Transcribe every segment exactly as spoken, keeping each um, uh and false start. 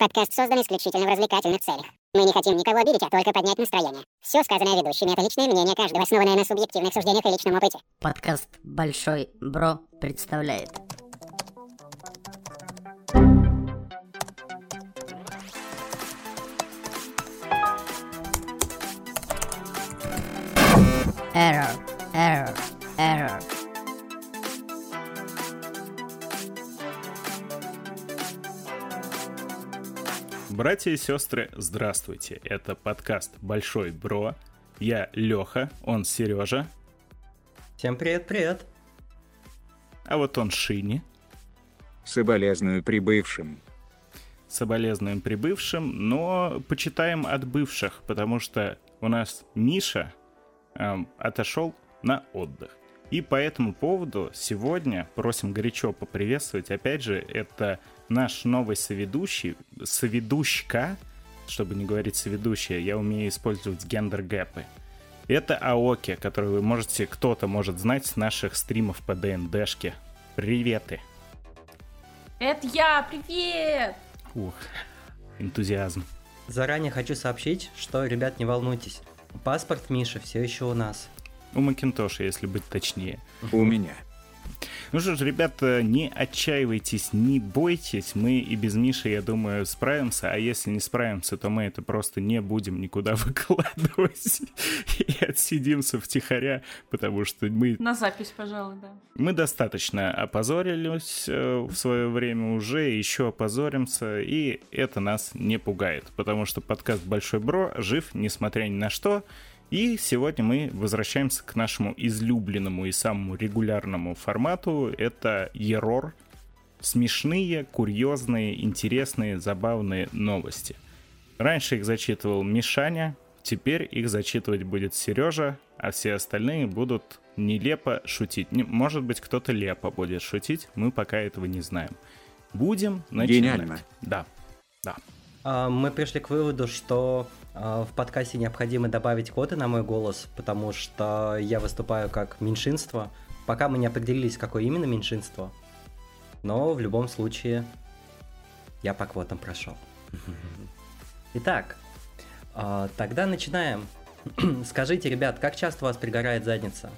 Подкаст создан исключительно в развлекательных целях. Мы не хотим никого обидеть, а только поднять настроение. Все сказанное ведущими — это личное мнение каждого, основанное на субъективных суждениях и личном опыте. Подкаст «Большой Бро» представляет. Error, error, error. Братья и сестры, здравствуйте. Это подкаст «Большой Бро». Я Леха, он Сережа. Всем привет-привет. А вот он Шини. Соболезную прибывшим. Соболезнуем прибывшим, но почитаем от бывших, потому что у нас Миша эм, отошел на отдых. И по этому поводу сегодня просим горячо поприветствовать, опять же, это наш новый соведущий, соведущка, чтобы не говорить соведущая, я умею использовать гендер-гэпы. Это Аоки, которую вы можете, кто-то может знать с наших стримов по ДНДшке. Приветы. Это я, привет! Ух, энтузиазм. Заранее хочу сообщить, что, ребят, не волнуйтесь. Паспорт Миши все еще у нас. У Макинтоша, если быть точнее. У меня. Ну что ж, ребята, не отчаивайтесь, не бойтесь, мы и без Миши, я думаю, справимся, а если не справимся, то мы это просто не будем никуда выкладывать и отсидимся втихаря, потому что мы... На запись, пожалуй, да. Мы достаточно опозорились в свое время уже, еще опозоримся, и это нас не пугает, потому что подкаст «Большой Бро» жив, несмотря ни на что. И сегодня мы возвращаемся к нашему излюбленному и самому регулярному формату. Это ерор. Смешные, курьезные, интересные, забавные новости. Раньше их зачитывал Мишаня, теперь их зачитывать будет Сережа, а все остальные будут нелепо шутить. Может быть, кто-то лепо будет шутить, мы пока этого не знаем. Будем начинать. Гениально. Да, да. Мы пришли к выводу, что в подкасте необходимо добавить квоты на мой голос, потому что я выступаю как меньшинство. Пока мы не определились, какое именно меньшинство, но в любом случае я по квотам прошел. Итак, тогда начинаем. Скажите, ребят, как часто у вас пригорает задница?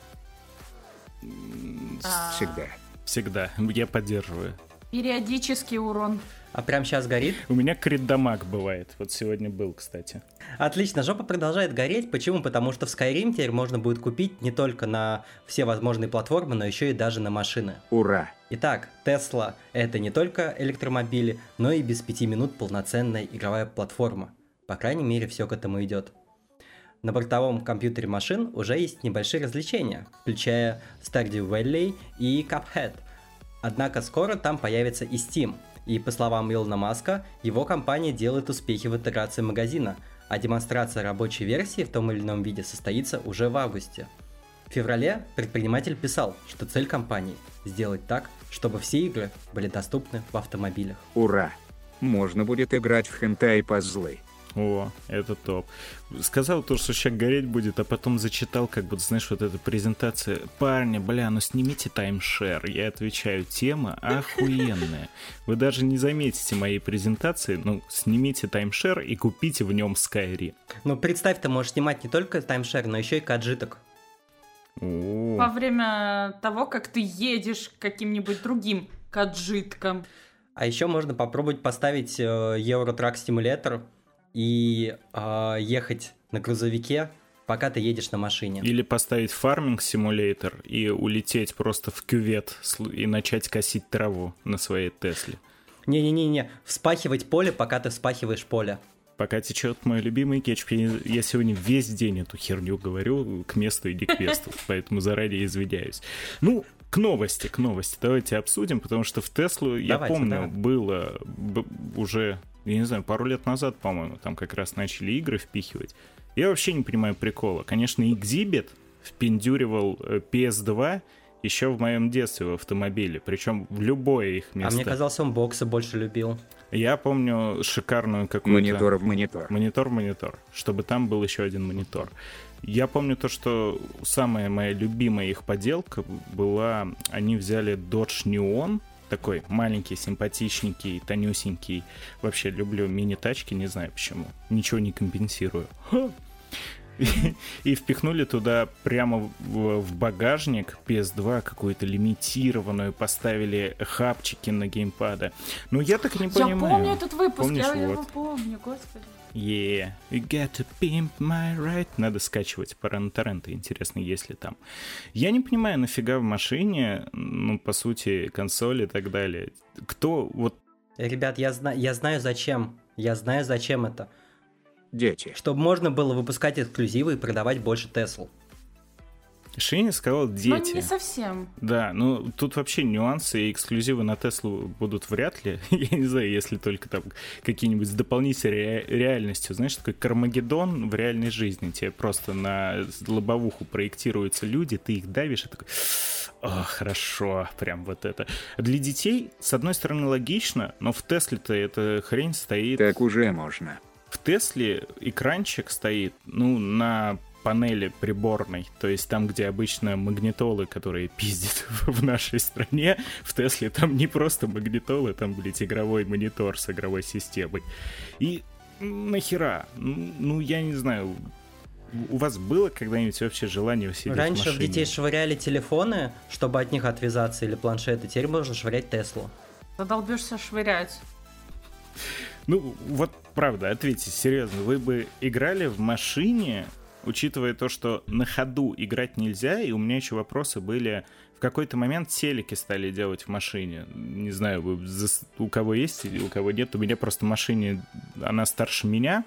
Всегда. Всегда. Я поддерживаю. Периодический урон. А прямо сейчас горит? У меня крит-дамаг бывает. Вот сегодня был, кстати. Отлично, жопа продолжает гореть. Почему? Потому что в Skyrim теперь можно будет купить не только на все возможные платформы, но еще и даже на машины. Ура! Итак, Tesla — это не только электромобили, но и без пяти минут полноценная игровая платформа. По крайней мере, все к этому идет. На бортовом компьютере машин уже есть небольшие развлечения, включая Stardew Valley и Cuphead. Однако скоро там появится и Steam. И по словам Илона Маска, его компания делает успехи в интеграции магазина, а демонстрация рабочей версии в том или ином виде состоится уже в августе. В феврале предприниматель писал, что цель компании – сделать так, чтобы все игры были доступны в автомобилях. Ура! Можно будет играть в хентай-пазлы. О, это топ. Сказал то, что сейчас гореть будет, а потом зачитал, как будто, знаешь, вот эта презентация. Парни, бля, ну снимите таймшер. Я отвечаю, тема охуенная. Вы даже не заметите моей презентации, ну, снимите таймшер и купите в нем Skyrim. Ну, представь, ты можешь снимать не только таймшер, но еще и каджиток. О. Во время того, как ты едешь к каким-нибудь другим каджиткам. А еще можно попробовать поставить э, Euro Truck Simulator и э, ехать на грузовике, пока ты едешь на машине. Или поставить фарминг-симулятор и улететь просто в кювет и начать косить траву на своей Тесле. Не-не-не, вспахивать поле, пока ты вспахиваешь поле. Пока течет мой любимый кетчуп. Я сегодня весь день эту херню говорю, к месту и не к месту, поэтому заранее извиняюсь. Ну, к новости, к новости. Давайте обсудим, потому что в Теслу, я Давайте, помню, да. было б- уже, я не знаю, пару лет назад, по-моему, там как раз начали игры впихивать. Я вообще не понимаю прикола. Конечно, Exhibit впендюривал пи эс два еще в моем детстве в автомобиле, причем в любое их место. А мне казалось, он боксы больше любил. Я помню шикарную какую-то... Монитор в монитор. Монитор в монитор, чтобы там был еще один монитор. Я помню то, что самая моя любимая их поделка была... Они взяли Dodge Neon, такой маленький, симпатичненький, тонюсенький. Вообще люблю мини-тачки, не знаю почему. Ничего не компенсирую. И, и впихнули туда прямо в, в багажник пи эс два какую-то лимитированную, поставили хапчики на геймпада. Ну, я так не понимаю. Я помню этот выпуск, Помнишь, я вот. его помню, господи. Yeah, you got to pimp my right. Надо скачивать по торренту, интересно, есть ли там. Я не понимаю, нафига в машине, ну, по сути, консоль и так далее. Кто вот... Ребят, я, зна- я знаю зачем. Я знаю зачем это. Дети. Чтобы можно было выпускать эксклюзивы и продавать больше Тесл. Шиня сказал Ну, дети. не совсем. Да, ну тут вообще нюансы и эксклюзивы на Теслу будут вряд ли. Я не знаю, если только там какие-нибудь с дополнительной ре- реальностью. Знаешь, такой Кармагеддон в реальной жизни. Тебе просто на лобовуху проектируются люди, ты их давишь и такой... О, хорошо, прям вот это. Для детей, с одной стороны, логично, но в Тесле-то эта хрень стоит... Так уже можно. В Тесле экранчик стоит, ну, на панели приборной, то есть там, где обычно магнитолы, которые пиздят в нашей стране, в Тесле там не просто магнитолы, там, блядь, игровой монитор с игровой системой. И нахера? Ну, я не знаю, у вас было когда-нибудь вообще желание сидеть Раньше в машине? в детей швыряли телефоны, чтобы от них отвязаться, или планшеты. Теперь можно швырять Теслу. Задолбешься швырять. Ну, вот правда, ответьте, серьезно, вы бы играли в машине, учитывая то, что на ходу играть нельзя, и у меня еще вопросы были, в какой-то момент телеки стали делать в машине. Не знаю, вы, у кого есть, у кого нет, у меня просто в машине, она старше меня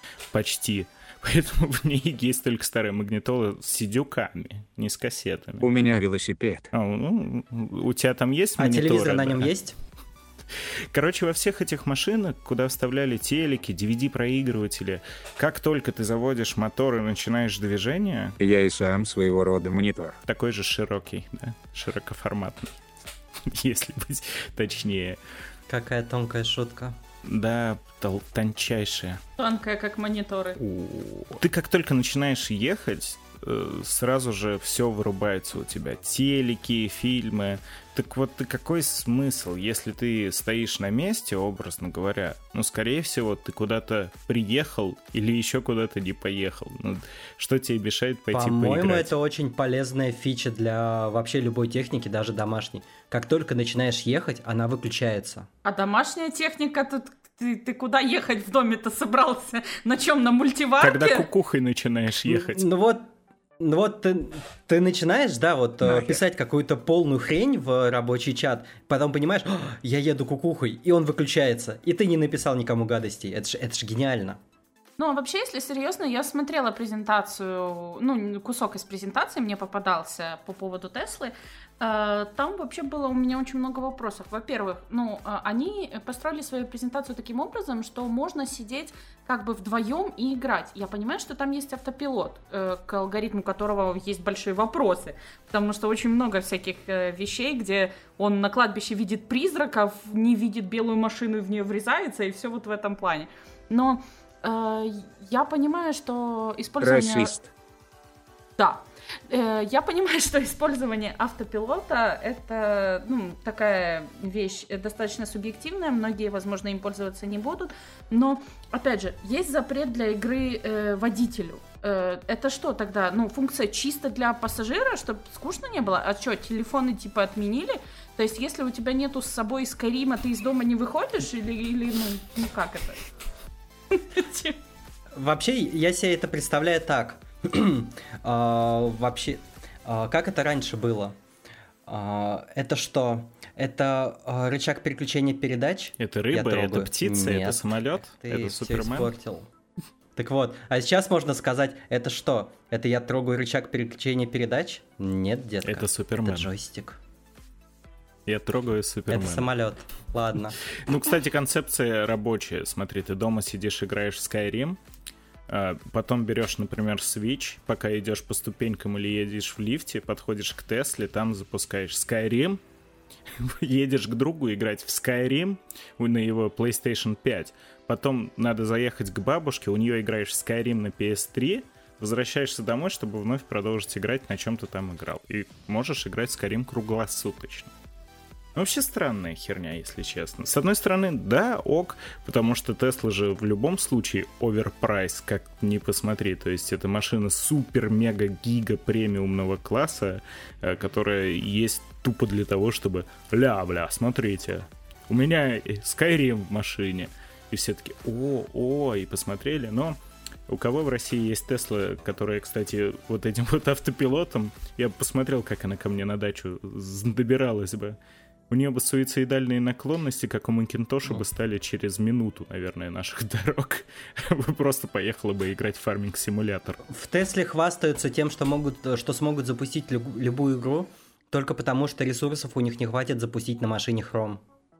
почти, поэтому в ней есть только старая магнитола с сидюками, не с кассетами. У меня велосипед. А, ну, у тебя там есть А мониторы? телевизор на нем да? есть? Короче, во всех этих машинах, куда вставляли телеки, ди ви ди-проигрыватели, как только ты заводишь мотор и начинаешь движение, Я и сам своего рода монитор. такой же широкий, да, широкоформатный, если быть точнее. Какая тонкая шутка. Да, тол- тончайшая. Тонкая, как мониторы. Ты как только начинаешь ехать, э, сразу же все вырубается у тебя. Телеки, фильмы. Так вот, ты какой смысл, если ты стоишь на месте, образно говоря? Ну, скорее всего, ты куда-то приехал или еще куда-то не поехал. Ну, что тебе мешает пойти По-моему, поиграть? это очень полезная фича для вообще любой техники, даже домашней. Как только начинаешь ехать, она выключается. А домашняя техника, тут ты, ты куда ехать в доме-то собрался? На чем, на мультиварке? Когда кукухой начинаешь ехать. Ну вот, ну вот ты, ты начинаешь, да, вот э, Нахер. писать какую-то полную хрень в рабочий чат, потом понимаешь, «О, я еду кукухой, и он выключается, и ты не написал никому гадостей. Это ж, это ж гениально. Ну, а вообще, если серьезно, я смотрела презентацию, ну, кусок из презентации мне попадался по поводу Теслы. Э, Там вообще было у меня очень много вопросов. Во-первых, ну, э, они построили свою презентацию таким образом, что можно сидеть как бы вдвоем и играть. Я понимаю, что там есть автопилот, э, к алгоритму которого есть большие вопросы, потому что очень много всяких э, вещей, где он на кладбище видит призраков, не видит белую машину и в нее врезается, и все вот в этом плане. Но э, я понимаю, что использование... Расист. Да. Э, Я понимаю, что использование автопилота — это, ну, такая вещь э, достаточно субъективная, многие, возможно, им пользоваться не будут, но, опять же, есть запрет для игры э, водителю. Э, это что тогда? Ну, функция чисто для пассажира, чтобы скучно не было? А что, телефоны типа отменили? То есть, если у тебя нету с собой Скайрима, ты из дома не выходишь? Или, или ну, ну как это? Вообще, я себе это представляю так. А, вообще, а, как это раньше было? А, это что? Это а, рычаг переключения передач? Это Я рыба, это трогаю. птица, это Нет, самолет, Ты это всё Супермен. испортил. Так вот, а сейчас можно сказать, это что? Это я трогаю рычаг переключения передач? Нет, детка. Это Супермен. Это джойстик. Я трогаю Супермена. Это самолет. Ладно. Ну, кстати, концепция рабочая. Смотри, ты дома сидишь, играешь в Skyrim, а, потом берешь, например, Switch, пока идешь по ступенькам или едешь в лифте, подходишь к Тесле, там запускаешь Skyrim, едешь к другу играть в Skyrim на его PlayStation пять, потом надо заехать к бабушке, у нее играешь в Skyrim на пи эс три, возвращаешься домой, чтобы вновь продолжить играть на чем ты там играл. И можешь играть в Skyrim круглосуточно. Ну, вообще странная херня, если честно. С одной стороны, да, ок, потому что Тесла же в любом случае оверпрайс, как ни посмотри. То есть это машина супер-мега-гига-премиумного класса, которая есть тупо для того, чтобы ля-бля, смотрите, у меня Skyrim в машине. И все таки о, о, и посмотрели, но... У кого в России есть Тесла, которая, кстати, вот этим вот автопилотом, я бы посмотрел, как она ко мне на дачу добиралась бы. У нее бы суицидальные наклонности, как у Макинтоша, бы стали через минуту, наверное, наших дорог. Просто поехала бы играть в фарминг-симулятор. В Тесле хвастаются тем, что могут, что смогут запустить люб- любую игру, только потому что ресурсов у них не хватит запустить на машине Chrome.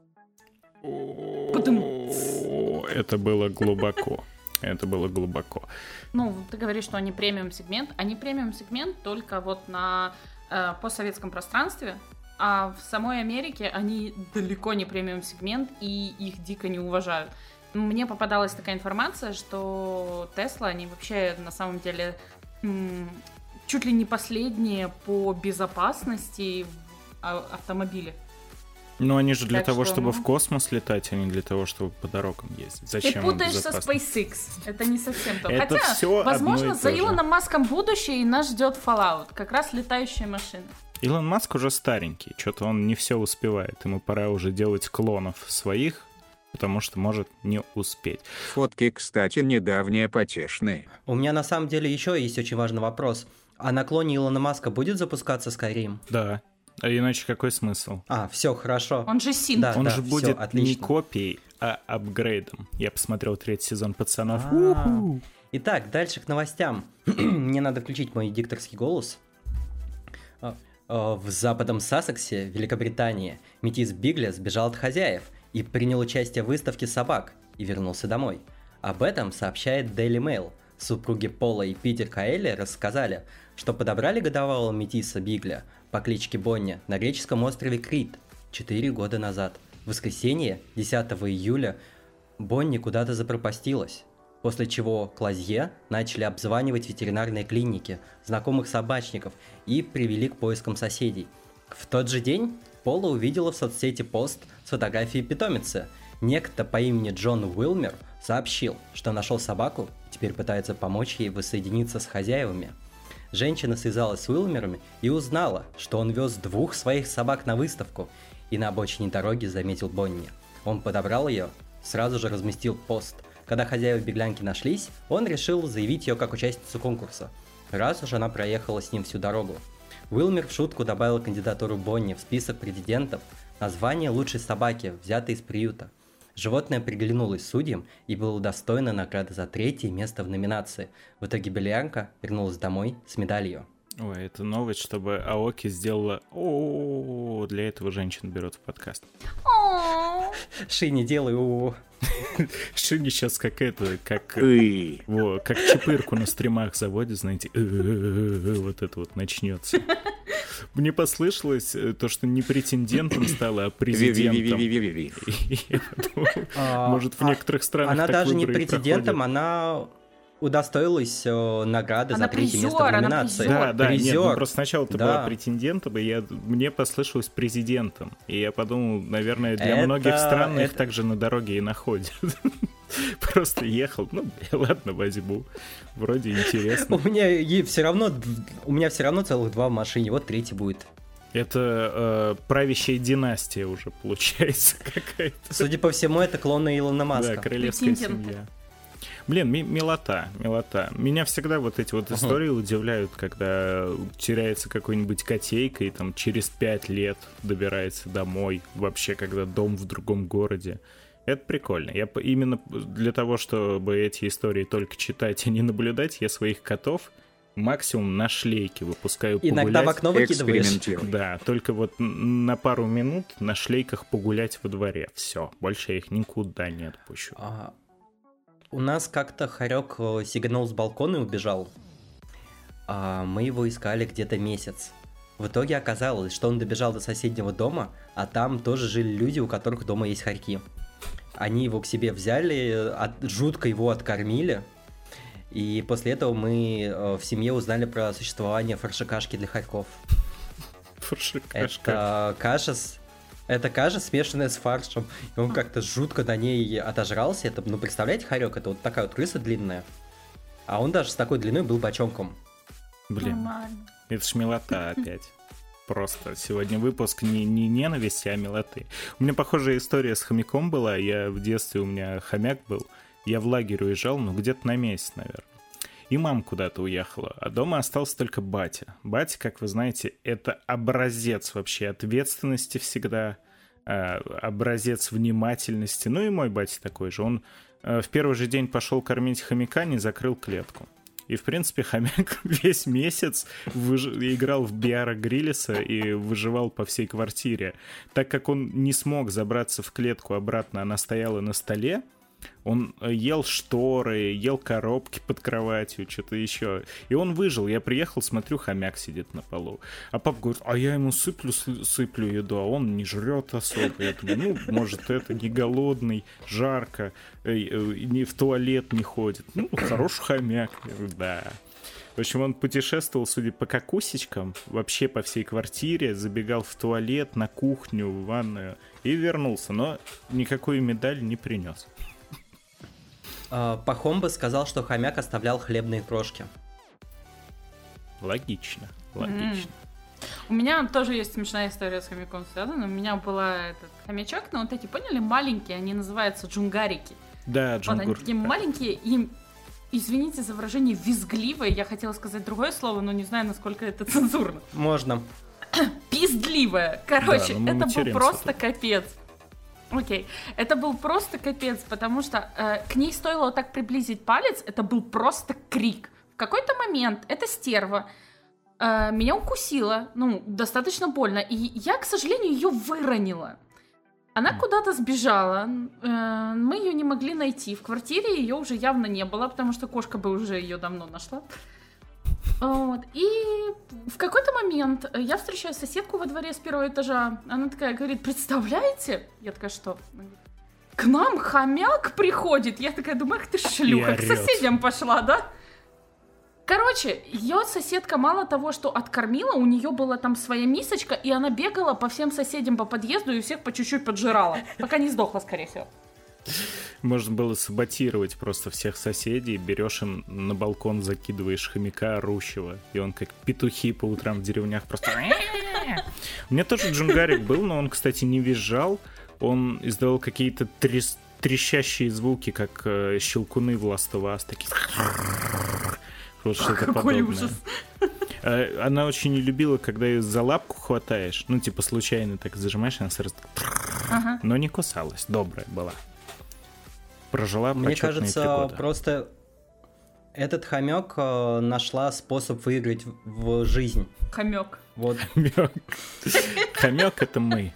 Это было глубоко. Это было глубоко. Ну, ты говоришь, что они премиум-сегмент. Они премиум-сегмент только вот на э, постсоветском пространстве, а в самой Америке они далеко не премиум-сегмент, и их дико не уважают. Мне попадалась такая информация, что Tesla, они вообще на самом деле м- чуть ли не последние по безопасности в а- автомобиле. Ну, они же для Так того, что, чтобы ну... в космос летать, а не для того, чтобы по дорогам ездить. Зачем Ты им путаешься с безопасно? SpaceX. Это не совсем то. Это Хотя, всё возможно, одно и за то же. Илоном Маском будущее, и нас ждет Fallout. Как раз летающая машина. Илон Маск уже старенький, что-то он не все успевает. Ему пора уже делать клонов своих, потому что может не успеть. Фотки, кстати, недавние потешные. У меня на самом деле еще есть очень важный вопрос. А на клоне Илона Маска будет запускаться Skyrim? Да. А иначе какой смысл? А, все, хорошо. Он же синт. Да. Он же всё, будет не отлично. копией, а апгрейдом. Я посмотрел третий сезон «Пацанов». А. У-ху. Итак, дальше к новостям. Мне надо включить мой дикторский голос. А, а, В западном Сассексе, Великобритании, метис Бигля сбежал от хозяев и принял участие в выставке собак и вернулся домой. Об этом сообщает Daily Mail. Супруги Пола и Питер Каэлли рассказали, что подобрали годовалого метиса Бигля по кличке Бонни на греческом острове Крит четыре года назад. В воскресенье, десятого июля, Бонни куда-то запропастилась, после чего Клазье начали обзванивать ветеринарные клиники, знакомых собачников и привели к поискам соседей. В тот же день Пола увидела в соцсети пост с фотографией питомицы. Некто по имени Джон Уилмер сообщил, что нашел собаку и теперь пытается помочь ей воссоединиться с хозяевами. Женщина связалась с Уилмерами и узнала, что он вез двух своих собак на выставку и на обочине дороги заметил Бонни. Он подобрал ее, сразу же разместил пост. Когда хозяева беглянки нашлись, он решил заявить ее как участницу конкурса, раз уж она проехала с ним всю дорогу. Уилмер в шутку добавил кандидатуру Бонни в список претендентов на звание лучшей собаки, взятой из приюта. Животное приглянулось судьям и было удостоено награды за третье место в номинации. В итоге беглянка вернулась домой с медалью. Ой, это новость, чтобы Аоки сделала о для этого женщин берут в подкаст. Ши, не делай у Шини сейчас какая-то, как, Ы. во, как чипырку на стримах заводит, знаете, вот это вот начнется. Мне послышалось то, что не претендентом стала, а президентом. Ви-ви-ви-ви-ви-ви. И я подумал, А, может, в а, некоторых странах Она так даже не выборы и претендентом, проходят. она удостоилась э, награды Она за третье место призёр, в она номинации. призёр. Да, да, нет, ну Призёр. просто сначала ты Да. была претендентом, и я, мне послышалось президентом. И я подумал, наверное, для Это- многих стран их это- также на дороге и находят. Просто ехал, ну, ладно, возьму. Вроде интересно. У меня все равно, у меня все равно целых два в машине, вот третий будет. Это э, правящая династия уже получается какая-то. Судя по всему, это клоны Илона Да, Маска. королевская Претенденты. семья. Блин, ми- милота, милота. Меня всегда вот эти вот истории удивляют, когда теряется какой-нибудь котейка и там через пять лет добирается домой, вообще, когда дом в другом городе. Это прикольно. Я по- именно для того, чтобы эти истории только читать и не наблюдать, я своих котов максимум на шлейке выпускаю погулять. Иногда в окно выкидываешь. Экспериментируй. Да, только вот н- на пару минут на шлейках погулять во дворе. Все, больше я их никуда не отпущу. А, у нас как-то хорек э, сиганул с балкона и убежал. А, мы его искали где-то месяц. В итоге оказалось, что он добежал до соседнего дома, а там тоже жили люди, у которых дома есть хорьки. Они его к себе взяли, от- жутко его откормили. И после этого мы э, в семье узнали про существование фаршикашки для хорьков. Фаршикашка. Это каша с, Это каша, смешанная с фаршем. И он как-то жутко на ней отожрался. Это, ну, представляете, хорек, это вот такая вот крыса длинная. А он даже с такой длиной был бочонком. Блин, Нормально. это ж милота опять. Просто сегодня выпуск не, не ненависти, а милоты. У меня похожая история с хомяком была. Я в детстве, у меня хомяк был. Я в лагерь уезжал, ну, где-то на месяц, наверное. И мама куда-то уехала, а дома остался только батя. Батя, как вы знаете, это образец вообще ответственности всегда, образец внимательности. Ну и мой батя такой же. Он в первый же день пошел кормить хомяка, не закрыл клетку. И, в принципе, хомяк весь месяц выж... играл в Биара Гриллиса и выживал по всей квартире. Так как он не смог забраться в клетку обратно, она стояла на столе, он ел шторы, ел коробки под кроватью, что-то еще. И он выжил. Я приехал, смотрю, хомяк сидит на полу. А папа говорит, а я ему сыплю, сыплю еду, а он не жрет особо. Я думаю, ну, может, это не голодный, жарко, не в туалет не ходит. Ну, хороший хомяк. Я говорю, да. В общем, он путешествовал, судя по какусечкам, вообще по всей квартире, забегал в туалет, на кухню, в ванную и вернулся. Но никакую медаль не принес. Пахомба сказал, что хомяк оставлял хлебные крошки. Логично, логично. Mm. У меня тоже есть смешная история с хомяком связана. У меня была этот хомячок, но вот эти, поняли, маленькие, они называются джунгарики. Да, джунгур. Вот они такие маленькие, и, извините за выражение, визгливые. Я хотела сказать другое слово, но не знаю, насколько это цензурно. Можно. Пиздливая. Короче, да, это был просто тут. Капец. Окей, это был просто капец, потому что э, к ней стоило вот так приблизить палец, это был просто крик. В какой-то момент эта стерва э, меня укусила, ну, достаточно больно, и я, к сожалению, ее выронила. Она mm. куда-то сбежала, э, мы ее не могли найти, в квартире ее уже явно не было, потому что кошка бы уже ее давно нашла. Вот. И в какой-то момент я встречаю соседку во дворе с первого этажа. Она такая говорит, представляете? Я такая, что? К нам хомяк приходит. Я такая думаю, ах ты шлюха, к соседям пошла, да? Короче, ее соседка мало того, что откормила, у нее была там своя мисочка, и она бегала по всем соседям по подъезду и всех по чуть-чуть поджирала, пока не сдохла, скорее всего. Можно было саботировать просто всех соседей, берешь им на балкон, закидываешь хомяка орущего, и он как петухи по утрам в деревнях просто... У меня тоже джунгарик был, но он, кстати, не визжал, он издавал какие-то трес... трещащие звуки, как э, щелкуны в Last of Us, такие... Вот что-то Какой подобное. ужас. Она очень не любила, когда ее за лапку хватаешь, ну, типа, случайно так зажимаешь, она сразу... Ага. Но не кусалась, добрая была. Прожила Мне почетные кажется, три года. просто этот хомяк э, нашла способ выиграть в, в жизнь. Хомяк. Вот. Хомяк — это мы.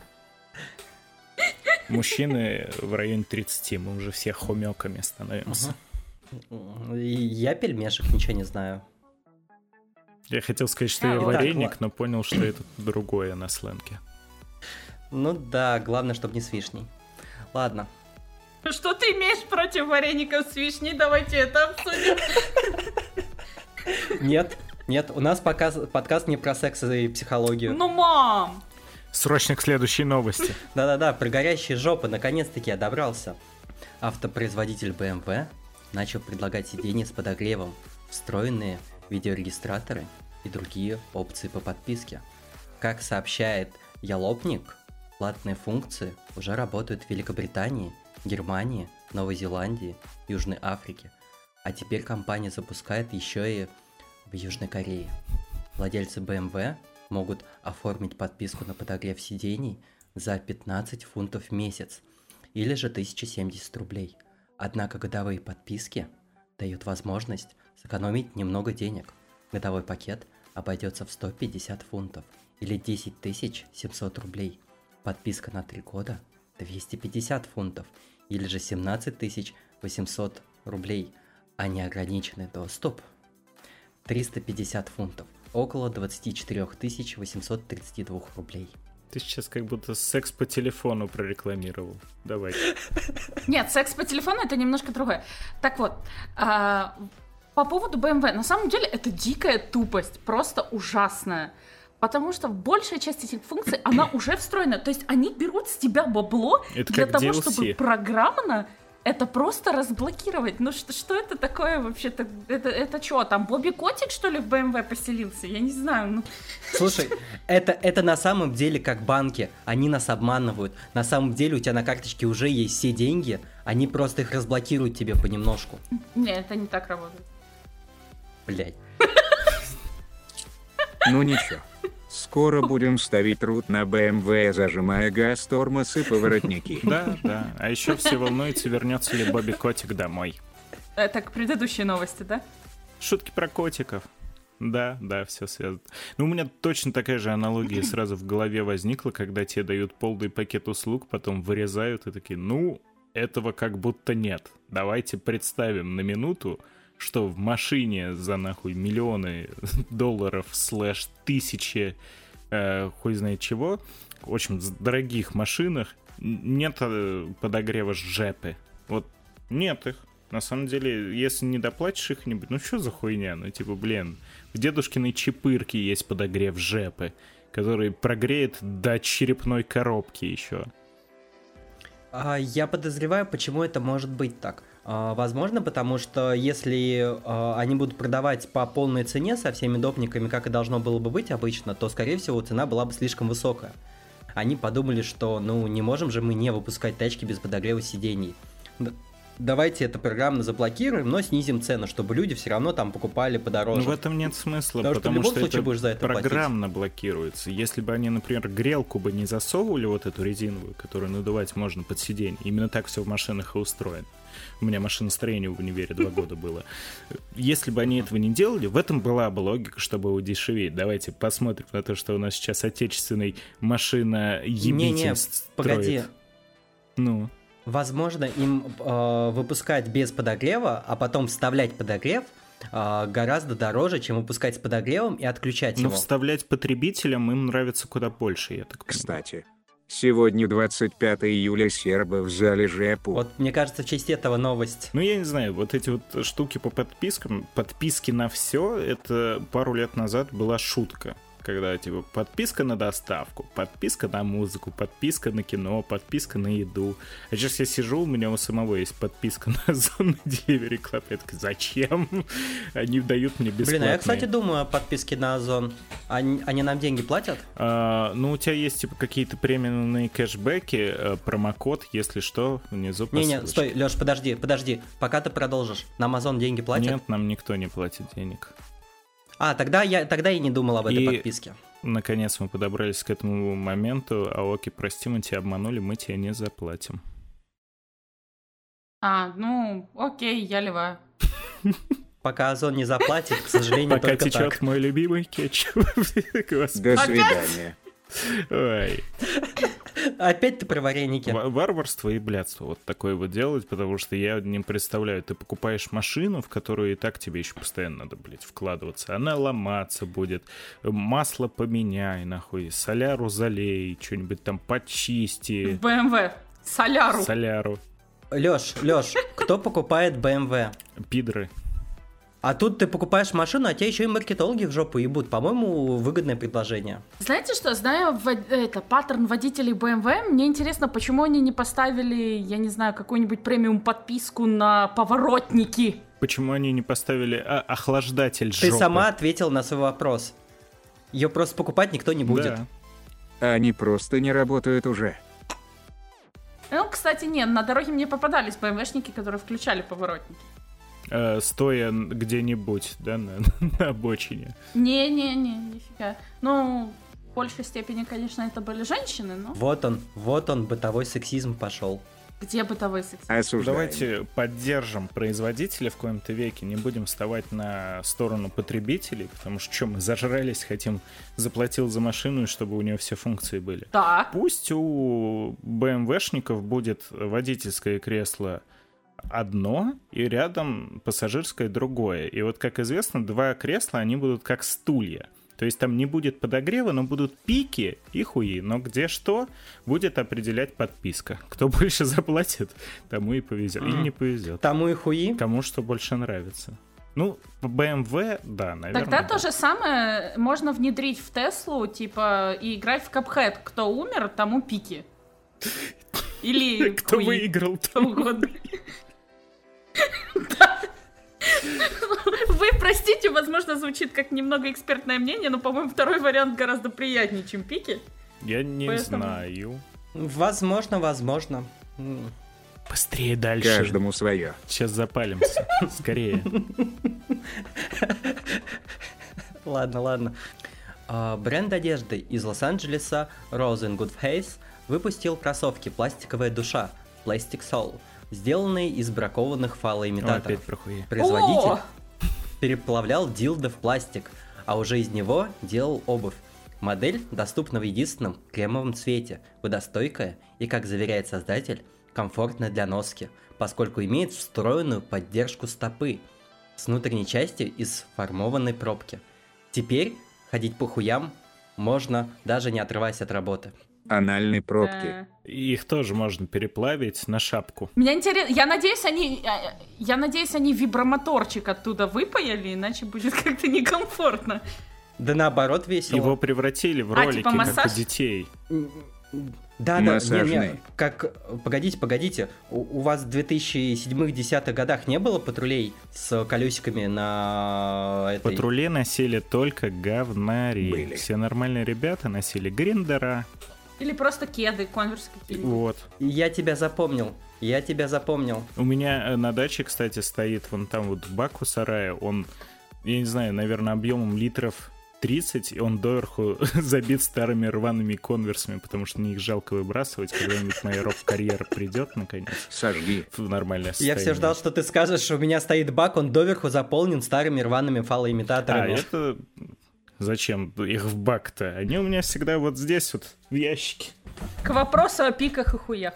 Мужчины в районе тридцати, мы уже все хомяками становимся. Угу. Я пельмешек ничего не знаю. Я хотел сказать, что А, я вот вареник, так, но понял, что это другое на сленге. Ну да, главное, чтобы не с вишней. Ладно. Что ты имеешь против вареников с вишней? Давайте это обсудим. Нет, нет, у нас показ, подкаст не про секс и психологию. Ну, мам! Срочно к следующей новости. Да-да-да, про горящие жопы наконец-таки я добрался. Автопроизводитель бэ эм вэ начал предлагать сиденья с подогревом, встроенные видеорегистраторы и другие опции по подписке. Как сообщает Ялопник, платные функции уже работают в Великобритании, Германии, Новой Зеландии, Южной Африке, а теперь компания запускает еще и в Южной Корее. Владельцы бэ эм вэ могут оформить подписку на подогрев сидений за пятнадцать фунтов в месяц или же тысяча семьдесят рублей. Однако годовые подписки дают возможность сэкономить немного денег. Годовой пакет обойдется в сто пятьдесят фунтов или десять тысяч семьсот рублей. Подписка на три года двести пятьдесят фунтов или же семнадцать тысяч восемьсот рублей, а неограниченный доступ триста пятьдесят фунтов, около двадцать четыре тысячи восемьсот тридцать два рублей. Ты сейчас как будто секс по телефону прорекламировал. Давай. Нет, секс по телефону — это немножко другое. Так вот, а, по поводу бэ эм вэ. На самом деле это дикая тупость, просто ужасная. Потому что большая часть этих функций, она уже встроена. То есть они берут с тебя бабло это для как того, ди эл си. чтобы программно это просто разблокировать. Ну что, что это такое вообще-то? Это, это что, там Бобби Котик, что ли, в бэ эм вэ поселился? Я не знаю. Ну... Слушай, это, это на самом деле как банки. Они нас обманывают. На самом деле у тебя на карточке уже есть все деньги, они просто их разблокируют тебе понемножку. Не, это не так работает. Блять. Ну ничего. Скоро будем ставить рут на бэ эм вэ, зажимая газ, тормоз и поворотники. Да, да. А еще все волнуются, вернется ли Бобби Котик домой. Это к предыдущей новости, да? Шутки про котиков. Да, да, все связано. Ну, у меня точно такая же аналогия сразу в голове возникла, когда тебе дают полный пакет услуг, потом вырезают и такие, ну, этого как будто нет. Давайте представим на минуту, что в машине за нахуй миллионы долларов слэш тысячи, э, хуй знает чего, в общем, в дорогих машинах нет э, подогрева жепы. Вот нет их. На самом деле, если не доплатишь их-нибудь, ну что за хуйня? Ну типа, блин, в дедушкиной чипырке есть подогрев жепы, который прогреет до черепной коробки еще. А, я подозреваю, почему это может быть так. А, возможно, потому что если а, они будут продавать по полной цене со всеми допниками, как и должно было бы быть обычно, то, скорее всего, цена была бы слишком высокая. Они подумали, что, ну, не можем же мы не выпускать тачки без подогрева сидений. Давайте это программно заблокируем, но снизим цену, чтобы люди все равно там покупали подороже. Ну, в этом нет смысла, потому, потому что, в любом что случае это будешь за это программно платить. Блокируется. Если бы они, например, грелку бы не засовывали, вот эту резиновую, которую надувать можно под сиденье, именно так все в машинах и устроено. У меня машиностроение в универе два года было. Если бы они этого не делали, в этом была бы логика, чтобы удешевить. Давайте посмотрим на то, что у нас сейчас отечественный машиноебитель Не-не, строит. погоди. Ну... Возможно, им э, выпускать без подогрева, а потом вставлять подогрев э, гораздо дороже, чем выпускать с подогревом и отключать Но его. Но вставлять потребителям им нравится куда больше, я так понимаю. Кстати, сегодня двадцать пятого июля, сербы в зале ЖЭПу. Вот, мне кажется, в честь этого новость. Ну, я не знаю, вот эти вот штуки по подпискам, подписки на все, это пару лет назад была шутка. Когда, типа, подписка на доставку, подписка на музыку, подписка на кино, подписка на еду. А сейчас я сижу, у меня у самого есть подписка на Озон Delivery Club. Я такой, зачем? Они дают мне бесплатные. Блин, а я, кстати, думаю о подписке на Озон. Они, они нам деньги платят? А, ну, у тебя есть, типа, какие-то премиумные кэшбэки, промокод, если что, внизу по Не-не, ссылочке. стой, Лёш, подожди, подожди. Пока ты продолжишь. Нам Озон деньги платят? Нет, нам никто не платит денег. А, тогда я, тогда я не думал об этой И... подписке. Наконец мы подобрались к этому моменту. Аоки, прости, мы тебя обманули, мы тебе не заплатим. А, ну, окей, я ливаю. Пока Озон не заплатит, к сожалению, Пока только течет так. мой любимый кетчуп. До свидания. Ой. Опять ты про вареники. Варварство и блядство вот такое вот делать, потому что я не представляю, ты покупаешь машину, в которую и так тебе еще постоянно надо, блядь, вкладываться. Она ломаться будет, масло поменяй, нахуй, соляру залей, что-нибудь там почисти. бэ эм вэ, соляру. Соляру. Лёш, Лёш, кто покупает бэ эм вэ? Пидры. А тут ты покупаешь машину, а тебя еще и маркетологи в жопу ебут. По-моему, выгодное предложение. Знаете что, зная вод- это, паттерн водителей бэ эм вэ, мне интересно, почему они не поставили, я не знаю, какую-нибудь премиум подписку на поворотники. Почему они не поставили а, охлаждатель Ты жопы? сама ответила на свой вопрос. Ее просто покупать никто не будет. Да. Они просто не работают уже. Ну, кстати, нет, на дороге мне попадались бэ эм вэ-шники, которые включали поворотники. Э, стоя где-нибудь, да, на, на обочине. Не-не-не, нифига. Ну, в большей степени, конечно, это были женщины, но... Вот он, вот он, бытовой сексизм пошел. Где бытовой секс? Осуждаем. Давайте поддержим производителя в коем-то веке, не будем вставать на сторону потребителей, потому что что, мы зажрались, хотим, заплатил за машину, и чтобы у нее все функции были. Так. Пусть у бэ эм вэ-шников будет водительское кресло одно, и рядом пассажирское другое. И вот, как известно, два кресла, они будут как стулья. То есть там не будет подогрева, но будут пики и хуи. Но где что, будет определять подписка. Кто больше заплатит, тому и повезет. Или не повезет. Тому и хуи. Кому что больше нравится. Ну, бэ эм вэ, да, наверное. Тогда да. то же самое можно внедрить в Теслу, типа, и играть в Cuphead. Кто умер, тому пики. Или кто хуи. выиграл, Кто угодно. Да. Вы простите, возможно, звучит как немного экспертное мнение, но, по-моему, второй вариант гораздо приятнее, чем пики. Я не Поэтому... знаю. Возможно, возможно. Быстрее дальше. Каждому свое. Сейчас запалимся. Скорее. Ладно, ладно. А, бренд одежды из Лос-Анджелеса Rose and Good Face выпустил кроссовки «Пластиковая душа» Plastic Soul, сделанные из бракованных О, фалоимитаторов. опять про хуи. Производитель О! переплавлял дилдо в пластик, а уже из него делал обувь. Модель доступна в единственном кремовом цвете, водостойкая и, как заверяет создатель, комфортная для носки, поскольку имеет встроенную поддержку стопы с внутренней частью из формованной пробки. Теперь ходить по хуям можно, даже не отрываясь от работы. Анальной пробки. Да. Их тоже можно переплавить на шапку. Меня интересно, я надеюсь, они, я надеюсь, они вибромоторчик оттуда выпаяли, иначе будет как-то некомфортно. Да наоборот весело. Его превратили в А, ролики, типа как массаж? у детей. Да, да, Массажный. не, не, как, погодите, погодите, у, у вас в две тысячи седьмых-десятых годах не было патрулей с колесиками на этой... Патрули носили только говнари. Были. Все нормальные ребята носили гриндера. Или просто кеды, конверс какие-нибудь. Вот. Я тебя запомнил, я тебя запомнил. У меня э, на даче, кстати, стоит вон там вот бак у сарая. Он, я не знаю, наверное, объемом литров тридцать, и он доверху забит старыми рваными конверсами, потому что мне их жалко выбрасывать, когда-нибудь моя рок-карьера придет, наконец, Сожги. в нормальное Я состояние. все ждал, что ты скажешь, что у меня стоит бак, он доверху заполнен старыми рваными А, фалоимитаторами. это... Зачем их в бак-то? Они у меня всегда вот здесь вот, в ящике. К вопросу о пиках и хуях.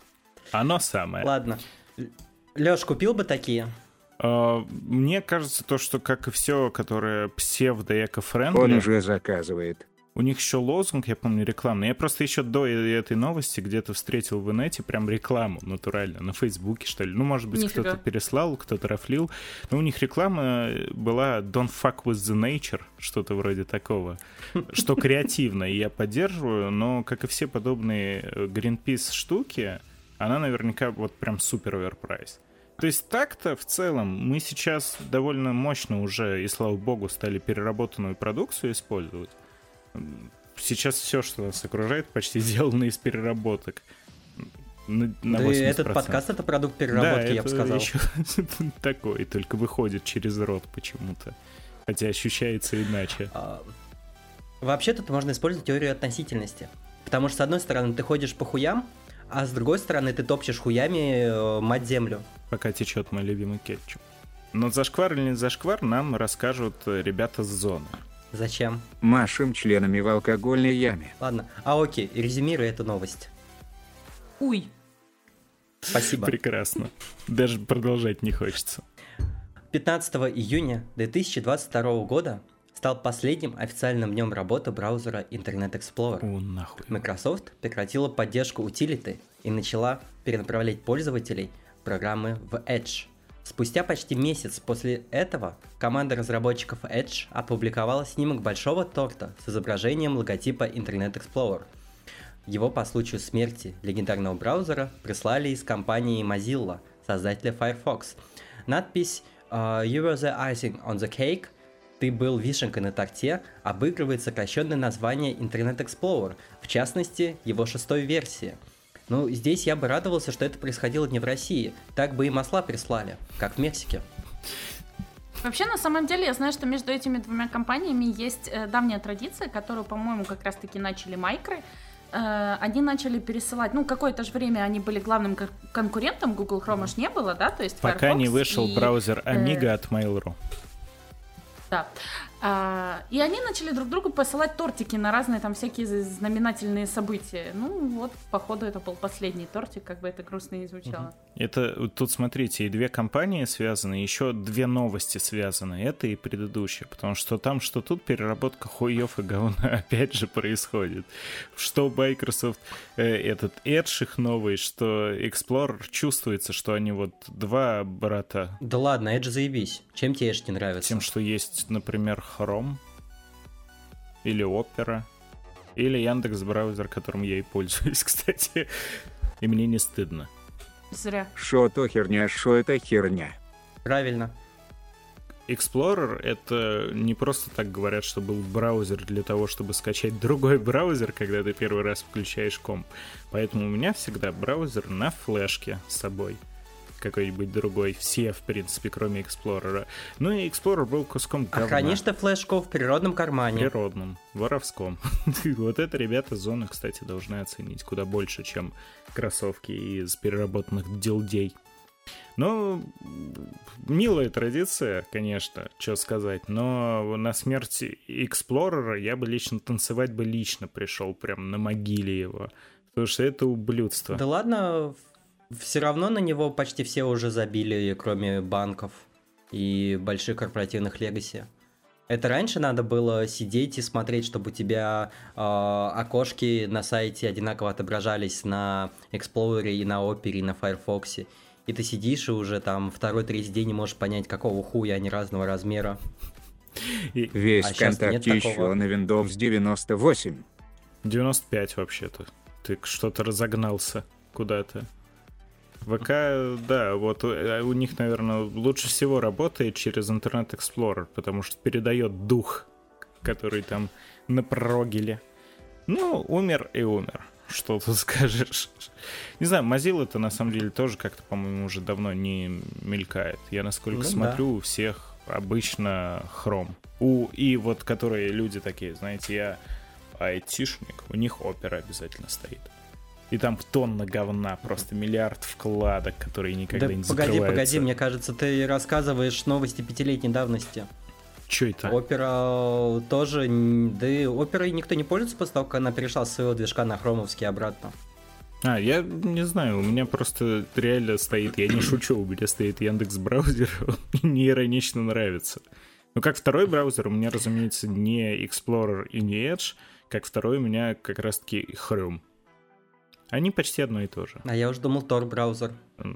Оно самое. Ладно. Лёш, купил бы такие? А, Мне кажется, то, что, как и все, которое псевдо-эко-френдли, Он уже заказывает. у них еще лозунг, я помню, рекламный. Я просто еще до этой новости где-то встретил в инете прям рекламу натурально, на Фейсбуке, что ли. Ну, может быть, Нифига. кто-то переслал, кто-то рафлил. Но у них реклама была «Don't fuck with the nature», что-то вроде такого, что креативно, и я поддерживаю, но, как и все подобные Greenpeace штуки, она наверняка вот прям супер оверпрайс. То есть так-то в целом мы сейчас довольно мощно уже, и слава богу, стали переработанную продукцию использовать. Сейчас все, что нас окружает, почти сделано из переработок. На, на Да и восемьдесят этот процентов. подкаст — это продукт переработки, да, я бы это сказал. еще такой, только выходит через рот почему-то. Хотя ощущается иначе. А, Вообще тут можно использовать теорию относительности. Потому что, с одной стороны, ты ходишь по хуям, а с другой стороны, ты топчешь хуями э, мать-землю. Пока течет мой любимый кетчуп. Но зашквар или не зашквар нам расскажут ребята с зоны. Зачем? Машем членами в алкогольной яме. Ладно, а окей, резюмируй эту новость. Уй. Спасибо. Прекрасно. Даже продолжать не хочется. пятнадцатого июня две тысячи двадцать второго года стал последним официальным днем работы браузера Internet Explorer. О, нахуй. Microsoft прекратила поддержку утилиты и начала перенаправлять пользователей программы в Edge. Спустя почти месяц после этого команда разработчиков Edge опубликовала снимок большого торта с изображением логотипа Internet Explorer. Его по случаю смерти легендарного браузера прислали из компании Mozilla, создателя Firefox. Надпись uh, «You were the icing on the cake», «Ты был вишенкой на торте» обыгрывает сокращенное название Internet Explorer, в частности, его шестой версии. Ну, здесь я бы радовался, что это происходило не в России. Так бы и масла прислали, как в Мексике. Вообще, на самом деле, я знаю, что между этими двумя компаниями есть э, давняя традиция, которую, по-моему, как раз-таки начали майкры. Э, они начали пересылать, ну, какое-то же время они были главным кон- конкурентом, Google Chrome аж не было, да, то есть Пока Firefox не вышел и, браузер э, Amiga от Mail.ru. Да. А, и они начали друг другу посылать тортики на разные там всякие знаменательные события. Ну вот, походу, это был последний тортик, как бы это грустно не звучало. Это тут, смотрите, и две компании связаны, еще две новости связаны, это и предыдущая, потому что там, что тут переработка хуев и говна опять же происходит. Что Microsoft, э, этот Edge их новый, что Explorer, чувствуется, что они вот два брата. Да ладно, Edge заебись. Чем тебе Edge не нравится? Тем, что есть, например, Chrome или Opera или Яндекс.Браузер, которым я и пользуюсь, кстати, и мне не стыдно. Зря. Шо то херня, шо это херня. Правильно. Explorer — это не просто так говорят, что был браузер для того, чтобы скачать другой браузер, когда ты первый раз включаешь комп. Поэтому у меня всегда браузер на флешке с собой. Какой-нибудь другой. Все, в принципе, кроме Explorer. Ну и Explorer был куском говна. А хранишь ты флешку в природном кармане. Природном, воровском. Вот это ребята зоны, кстати, должны оценить куда больше, чем кроссовки из переработанных дилдей. Ну, милая традиция, конечно, что сказать, но на смерти Explorer я бы лично танцевать бы лично пришел прям на могиле его, потому что это ублюдство. Да ладно, все равно на него почти все уже забили, кроме банков и больших корпоративных легаси. Это раньше надо было сидеть и смотреть, чтобы у тебя э, окошки на сайте одинаково отображались на Explorer и на Opera и на Firefox. И ты сидишь и уже там второй-третий день не можешь понять, какого хуя они разного размера. И весь а ВКонтакте еще на Windows девяносто восемь. девяносто пять вообще-то. Ты что-то разогнался куда-то. ВК, да, вот у них, наверное, лучше всего работает через Internet Explorer, потому что передает дух, который там напрогили. Ну, умер и умер. Что ты скажешь? Не знаю, Mozilla-то на самом деле тоже как-то, по-моему, уже давно не мелькает. Я, насколько ну, смотрю, да. у всех обычно Chrome. У, и вот которые люди такие, знаете, я айтишник, у них Opera обязательно стоит. И там тонна говна, просто миллиард вкладок, которые никогда да не погоди, закрываются. погоди, мне кажется, ты рассказываешь новости пятилетней давности. Чё это? Opera тоже, да и Opera никто не пользуется после того, как она перешла с своего движка на хромовский обратно. А, я не знаю, у меня просто реально стоит, я не шучу, у меня стоит Яндекс.Браузер, он мне иронично нравится. Но как второй браузер у меня, разумеется, не Explorer и не Edge, как второй у меня как раз-таки Chrome. Они почти одно и то же. А я уже думал Tor браузер.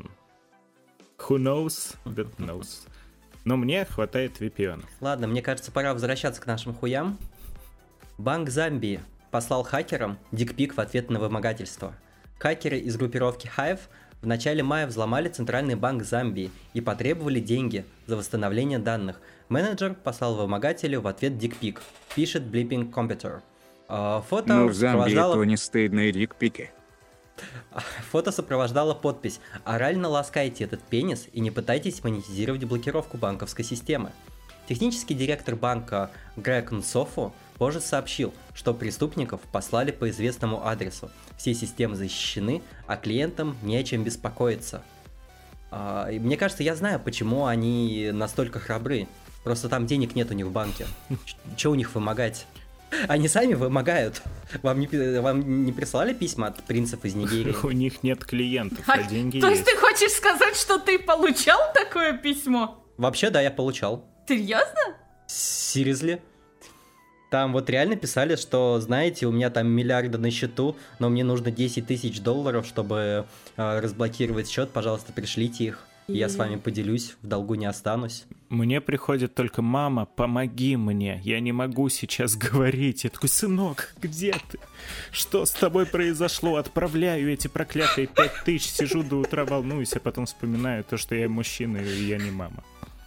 Who knows, that knows. Но мне хватает ви пи эн. Ладно, мне кажется, пора возвращаться к нашим хуям. Банк Замбии послал хакерам дикпик в ответ на вымогательство. Хакеры из группировки Hive в начале мая взломали Центральный банк Замбии и потребовали деньги за восстановление данных. Менеджер послал вымогателю в ответ дикпик, пишет Blipping Computer. Фото ну, в Замбии сопровождало... то не стыдные дикпики. Фото сопровождало подпись: «Орально ласкайте этот пенис и не пытайтесь монетизировать блокировку банковской системы». Технический директор банка Грег Нсофу позже сообщил, что преступников послали по известному адресу. Все системы защищены, а клиентам не о чем беспокоиться. А, и мне кажется, я знаю, почему они настолько храбры. Просто там денег нет у них в банке. Че у них вымогать? Они сами вымогают. Вам не, вам не присылали письма от принцев из Нигерии? У них нет клиентов, а, а деньги то есть. То есть ты хочешь сказать, что ты получал такое письмо? Вообще, да, я получал. Серьезно? Seriously? Там вот реально писали, что, знаете, у меня там миллиарды на счету, но мне нужно десять тысяч долларов, чтобы э, разблокировать счет. Пожалуйста, пришлите их. И я с вами поделюсь, в долгу не останусь. Мне приходит только: мама, помоги мне, я не могу сейчас говорить. Я такой: сынок, где ты? Что с тобой произошло? Отправляю эти проклятые пять тысяч, сижу до утра, волнуюсь, а потом вспоминаю то, что я мужчина, и я не мама.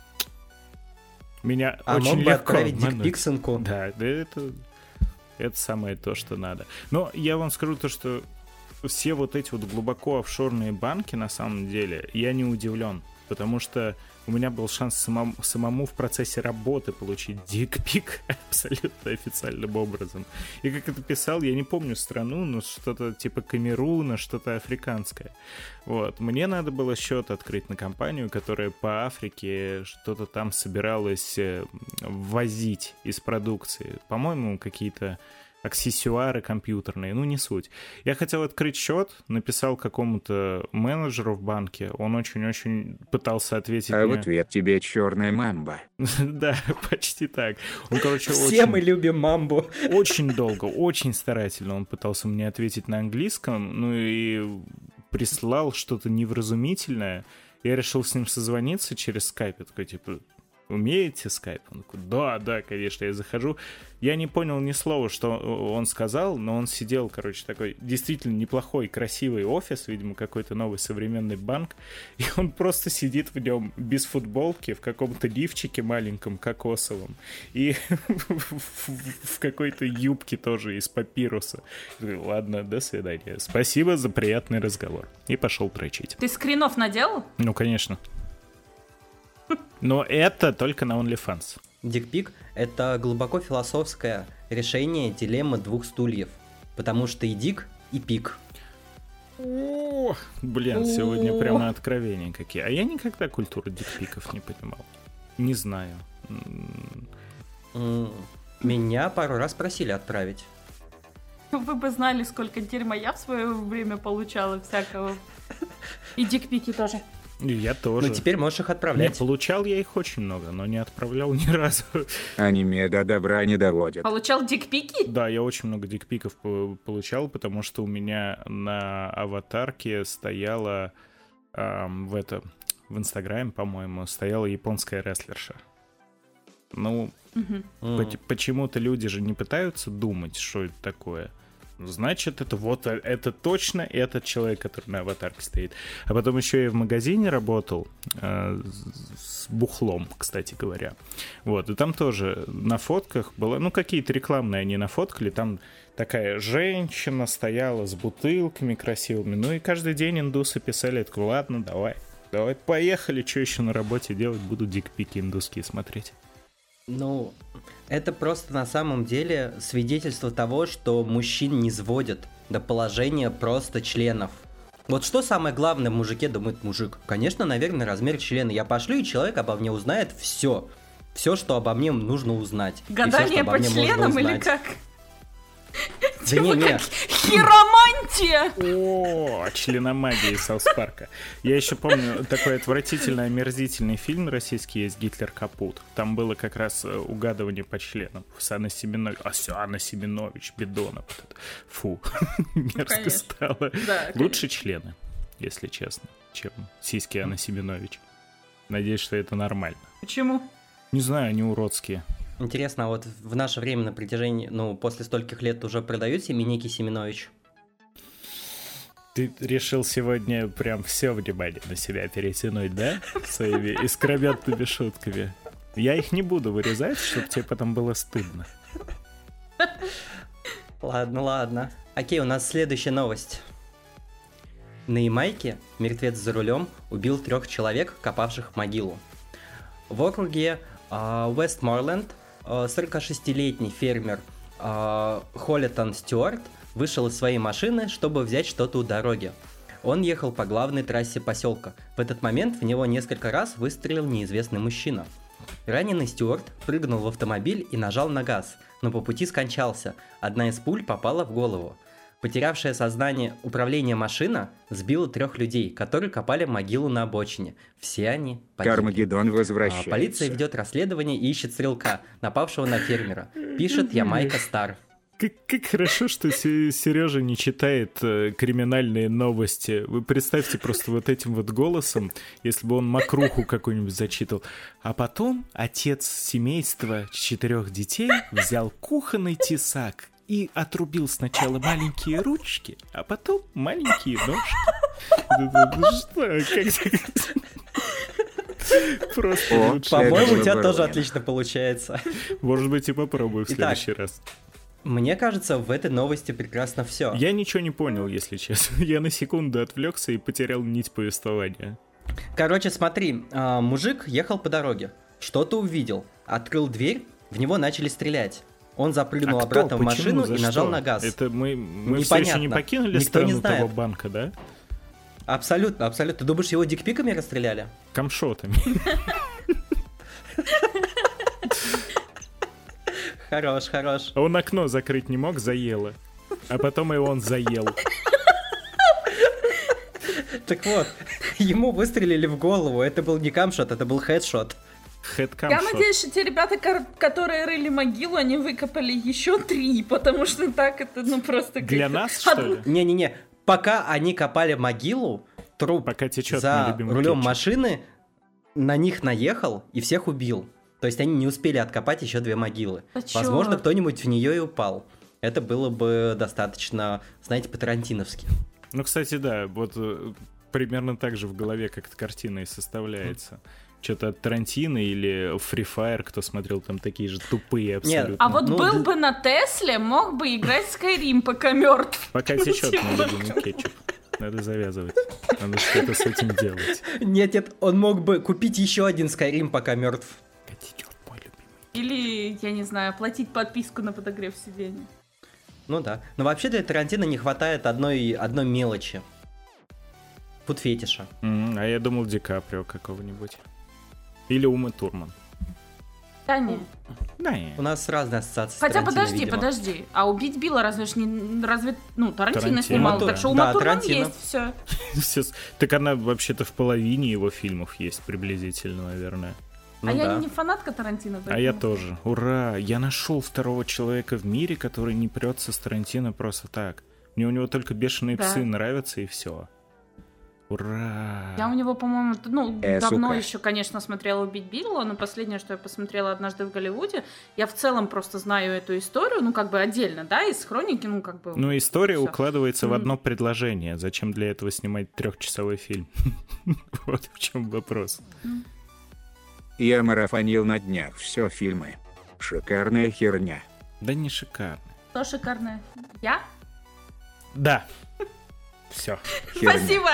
Меня а очень мог бы легко отправить дикпик сынку. Да, да, это, это самое то, что надо. Но я вам скажу то, что все вот эти вот глубоко офшорные банки, на самом деле, я не удивлен, потому что у меня был шанс самому, самому в процессе работы получить дикпик абсолютно официальным образом. И как это писал, я не помню страну, но что-то типа Камеруна, что-то африканское. Вот. Мне надо было счет открыть на компанию, которая по Африке что-то там собиралась ввозить из продукции. По-моему, какие-то аксессуары компьютерные, ну не суть. Я хотел открыть счет, написал какому-то менеджеру в банке, он очень-очень пытался ответить А мне... в ответ тебе черная мамба. Да, почти так. Он, короче, Все очень... мы любим мамбу. Очень долго, очень старательно он пытался мне ответить на английском, ну и прислал что-то невразумительное. Я решил с ним созвониться через скайп, я такой, типа... Умеете скайп? Он такой, да, да, конечно, я захожу. Я не понял ни слова, что он сказал, но он сидел, короче, такой действительно неплохой, красивый офис, видимо, какой-то новый современный банк, и он просто сидит в нем без футболки, в каком-то лифчике маленьком, кокосовом, и в какой-то юбке тоже из папируса. Ладно, до свидания. Спасибо за приятный разговор. И пошел дрочить. Ты скринов наделал? Ну, конечно. Но это только на OnlyFans. Дикпик — это глубоко философское решение дилеммы двух стульев. Потому что и дик, и пик. О, блин, сегодня прямо откровения какие. А я никогда культуру дикпиков не понимал. Не знаю. Меня пару раз просили отправить. Вы бы знали, сколько дерьма я в свое время получала всякого. И дикпики тоже. Я тоже. Ну, теперь можешь их Не, отправлять. получал я их очень много, но не отправлял ни разу. Аниме до добра не доводят. Получал дикпики? Да, я очень много дикпиков по- получал, потому что у меня на аватарке стояла эм, в это в Инстаграме, по-моему, стояла японская рестлерша. Ну, Мгм. М. поч- почему-то люди же не пытаются думать, что это такое. Значит, это вот э, это точно этот человек, который на аватарке стоит. А потом еще я в магазине работал э, с с бухлом, кстати говоря. Вот, и там тоже на фотках было, ну, какие-то рекламные они нафоткали, там такая женщина стояла с бутылками красивыми, ну, и каждый день индусы писали, я такой, ладно, давай, давай, поехали, что еще на работе делать, буду дикпики индусские смотреть. Ну, это просто на самом деле свидетельство того, что мужчин не сводят до положения просто членов. Вот что самое главное в мужике думает мужик? Конечно, наверное, размер члена. Я пошлю, и человек обо мне узнает все. Все, что обо мне нужно узнать. И всё, Гадание что обо по мне можно членам или узнать. как? Да Типа не, не. как хиромантия! О, членомагия из Саус Парка. Я еще помню такой отвратительный, омерзительный фильм российский есть «Гитлер капут». Там было как раз э, угадывание по членам. С Анной Семенович. А все, Анна Семенович, Бедонов. Вот это. Фу, мерзко конечно. стало. Да, Лучше члены, если честно, чем сиськи Анны Семенович. Надеюсь, что это нормально. Почему? Не знаю, они уродские. Интересно, а вот в наше время на протяжении, ну, после стольких лет уже продают семейники Семенович? Ты решил сегодня прям все внимание на себя перетянуть, да? Своими искрометными шутками. Я их не буду вырезать, чтобы тебе потом было стыдно. Ладно, ладно. Окей, у нас следующая новость. На Ямайке мертвец за рулем убил трех человек, копавших могилу. В округе э, Вестморленд э, сорокашестилетний фермер э, Холлитон Стюарт вышел из своей машины, чтобы взять что-то у дороги. Он ехал по главной трассе поселка. В этот момент в него несколько раз выстрелил неизвестный мужчина. Раненый Стюарт прыгнул в автомобиль и нажал на газ, но по пути скончался. Одна из пуль попала в голову. Потерявшая сознание управление машина сбила трех людей, которые копали могилу на обочине. Все они погибли. Кармагеддон А, возвращается. полиция ведет расследование и ищет стрелка, напавшего на фермера. Пишет Ямайка Стар. Как, как хорошо, что Сережа не читает э, криминальные новости. Вы представьте просто вот этим вот голосом, если бы он мокруху какую-нибудь зачитал. А потом отец семейства четырех детей взял кухонный тесак и отрубил сначала маленькие ручки, а потом маленькие ножки. Что? Как Просто О, лучше. По-моему, у тебя было тоже бы. отлично получается. Может быть, и попробую в Итак. следующий раз. Мне кажется, в этой новости прекрасно все. Я ничего не понял, если честно. Я на секунду отвлекся и потерял нить повествования. Короче, смотри, а, мужик ехал по дороге, что-то увидел, открыл дверь, в него начали стрелять. Он запрыгнул А обратно кто? в машину Почему? и За нажал что? на газ. Это мы, мы все Непонятно. еще не покинули Никто не страну знает. того банка, да? Абсолютно, абсолютно. Ты думаешь, его дикпиками расстреляли? Камшотами. Хорош, хорош. А он окно закрыть не мог, заело. А потом и он заел. Так вот, ему выстрелили в голову. Это был не камшот, это был хедшот. Я Хэдкамшот. надеюсь, что те ребята, кор- которые рыли могилу, они выкопали еще три, потому что так это, ну, просто... Для как-то- нас, что ли? Не-не-не, пока они копали могилу, труп Пока течет мой за любимый рулем кетчуп. машины на них наехал и всех убил. То есть они не успели откопать еще две могилы. Да Возможно, чёрт. кто-нибудь в нее и упал. Это было бы достаточно, знаете, по-тарантиновски. Ну, кстати, да, вот э, примерно так же в голове как-то картина и составляется. Что-то от Тарантино или Free Fire, кто смотрел, там такие же тупые абсолютно. А вот Ну, был да- бы на Тесле, мог бы играть в Skyrim, пока мертв. Пока течет мой любимый кетчуп. Надо завязывать. Надо что-то с этим делать. Нет, нет, он мог бы купить еще один Skyrim, пока мертв. Пока течет мой любимый. Или, я не знаю, платить подписку на подогрев сидений. Ну да. Но вообще для Тарантино не хватает одной, одной мелочи. Фуд-фетиша. М, А я думал Ди Каприо какого-нибудь. Или Ума Турман. Да не. Да, не. У нас разные ассоциации с Хотя Тарантино, подожди, видимо. подожди. А убить Билла разве ж не... Разве... Ну, Тарантино, Тарантино, снимал, да. так что у Да, Матурман Тарантино. есть все. Все с- Так она вообще-то в половине его фильмов есть приблизительно, наверное. Ну а да. я не фанатка Тарантино. А я поэтому- тоже. Ура! Я нашел второго человека в мире, который не прется с Тарантино просто так. Мне у него только бешеные Да. псы нравятся и все. Ура! Я у него, по-моему, т- ну, Э, давно сука. еще, конечно, смотрела «Убить Билла», но последнее, что я посмотрела однажды в Голливуде, я в целом просто знаю эту историю, ну, как бы отдельно, да, из хроники, ну, как бы... Ну, история всё. укладывается в М. одно предложение. Зачем для этого снимать трехчасовой фильм? Вот в чем вопрос. Я марафонил на днях все фильмы. Шикарная херня. Да не шикарно. Что шикарное? Я? Да. Все. Херня. Спасибо!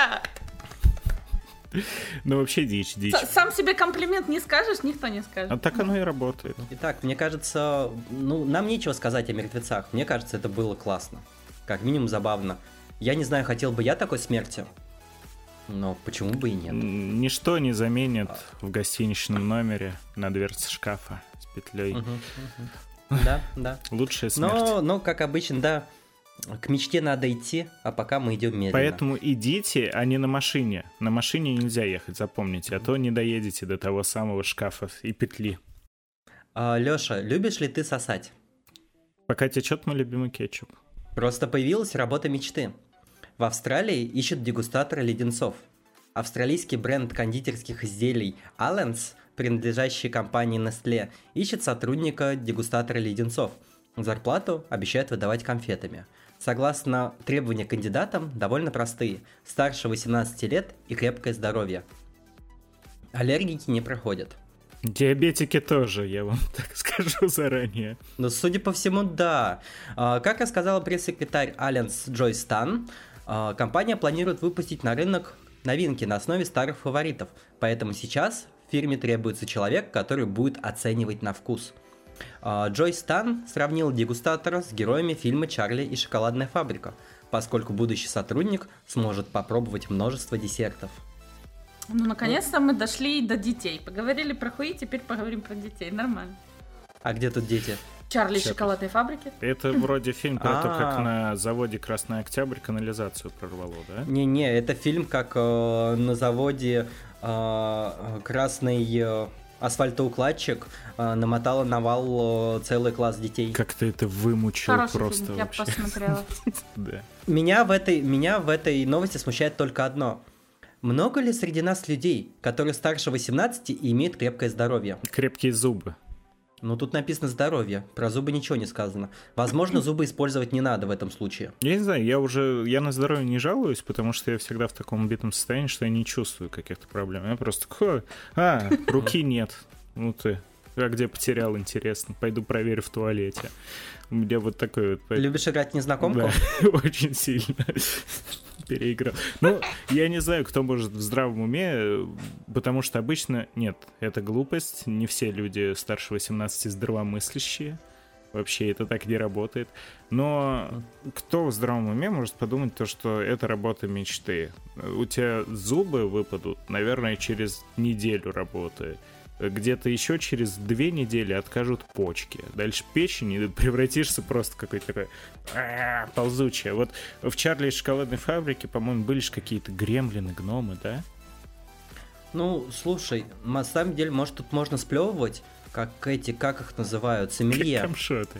Ну, вообще дичь, дичь. С- Сам себе комплимент не скажешь, никто не А скажет. так оно и работает. Итак, мне кажется, ну, нам нечего сказать о мертвецах. Мне кажется, это было классно. Как минимум забавно. Я не знаю, хотел бы я такой смерти, но почему бы и нет. М, Ничто не заменит в гостиничном номере на дверце шкафа с петлей. Мгм, мгм. Да, да. Лучшая смерть. Но, но, как обычно, да, к мечте надо идти, а пока мы идем медленно. Поэтому идите, а не на машине. На машине нельзя ехать, запомните, а то не доедете до того самого шкафа и петли. А, Лёша, любишь ли ты сосать? Пока течет мой любимый кетчуп. Просто появилась работа мечты. В Австралии ищут дегустатора леденцов. Австралийский бренд кондитерских изделий Allen's, принадлежащий компании Nestle, ищет сотрудника дегустатора леденцов. Зарплату обещают выдавать конфетами. Согласно требования кандидатам, довольно простые. Старше восемнадцати лет и крепкое здоровье. Аллергики не проходят. Диабетики тоже, я вам так скажу заранее. Ну, судя по всему, да. А, Как рассказала пресс-секретарь Allianz Джой Стан, а, компания планирует выпустить на рынок новинки на основе старых фаворитов, поэтому сейчас фирме требуется человек, который будет оценивать на вкус. А, Джой Стан сравнил дегустатора с героями фильма «Чарли и шоколадная фабрика», поскольку будущий сотрудник сможет попробовать множество десертов. Ну, наконец-то мы дошли до детей. Поговорили про хуи, теперь поговорим про детей. Нормально. А где тут дети? Чарли из Всё. шоколадной фабрики. Это вроде фильм про то, как А. на заводе Красный Октябрь канализацию прорвало, да? Не-не, это фильм, как э, на заводе э, красный э, асфальтоукладчик э, намотала на вал э, целый класс детей. Как ты это вымучил Хороший просто фильм, я вообще. посмотрела. Да. Меня в, этой, меня в этой новости смущает только одно. Много ли среди нас людей, которые старше восемнадцати и имеют крепкое здоровье? Крепкие зубы. Ну, тут написано здоровье, про зубы ничего не сказано. Возможно, зубы использовать не надо в этом случае. Я не знаю, я уже, я на здоровье не жалуюсь, потому что я всегда в таком убитом состоянии, что я не чувствую каких-то проблем. Я просто, «Хо, а, руки нет. Ну ты, а где потерял, интересно. Пойду проверю в туалете. У меня вот такой вот... Любишь играть в незнакомку? Да, очень сильно. переиграл. Ну, я не знаю, кто может в здравом уме, потому что обычно... Нет, это глупость. Не все люди старше восемнадцати здравомыслящие. Вообще это так не работает. Но кто в здравом уме может подумать то, что это работа мечты? У тебя зубы выпадут, наверное, через неделю работы. Где-то еще через две недели откажут почки. Дальше печень, и превратишься просто в какой-то такой а-а-а, ползучее. Вот в «Чарли и шоколадной фабрике», по-моему, были же какие-то гремлины, гномы, да? Ну, слушай, на самом деле, может, тут можно сплевывать, как эти, как их называют, сомелье. Камшоты.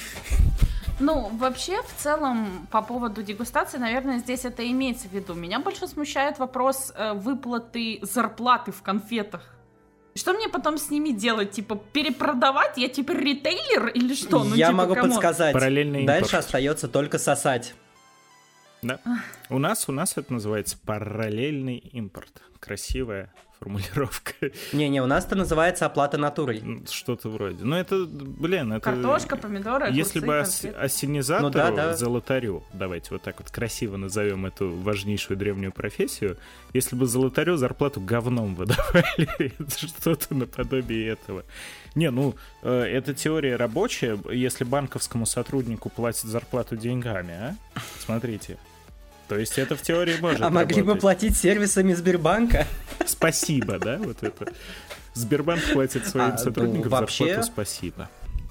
Ну, вообще, в целом, по поводу дегустации, наверное, здесь это имеется в виду. Меня больше смущает вопрос э, выплаты зарплаты в конфетах. Что мне потом с ними делать? Типа, перепродавать? Я типа ритейлер или что? Ну, Я типа, могу кому? подсказать. Параллельный Дальше импорт. остается только сосать. Да. У нас, у нас это называется параллельный импорт. Красивая формулировка. Не-не, у нас это называется оплата натурой. Что-то вроде. Ну, это, блин, это... Картошка, помидоры, огурцы, Если бы ос- конфеты. ассенизатору, Ну да, да. золотарю, давайте вот так вот красиво назовем эту важнейшую древнюю профессию, если бы золотарю зарплату говном выдавали, это что-то наподобие этого. Не, ну, э, эта теория рабочая, если банковскому сотруднику платят зарплату деньгами, а? Смотрите. То есть это в теории может А могли бы работать. платить сервисами Сбербанка? Спасибо, да, вот это. Сбербанк платит своим А, ну, сотрудникам вообще- зарплату «спасибо».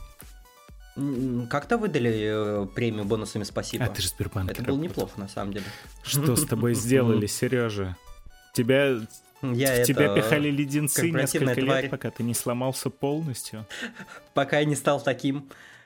М, Как-то выдали э, премию бонусами «Спасибо». А ты же Сбербанк Это было работал. неплохо, на самом деле. Что с тобой сделали, Сережа? Тебя, Я в тебя это, пихали леденцы корпоративная несколько тварь. лет, пока ты не сломался полностью. Пока я не стал таким.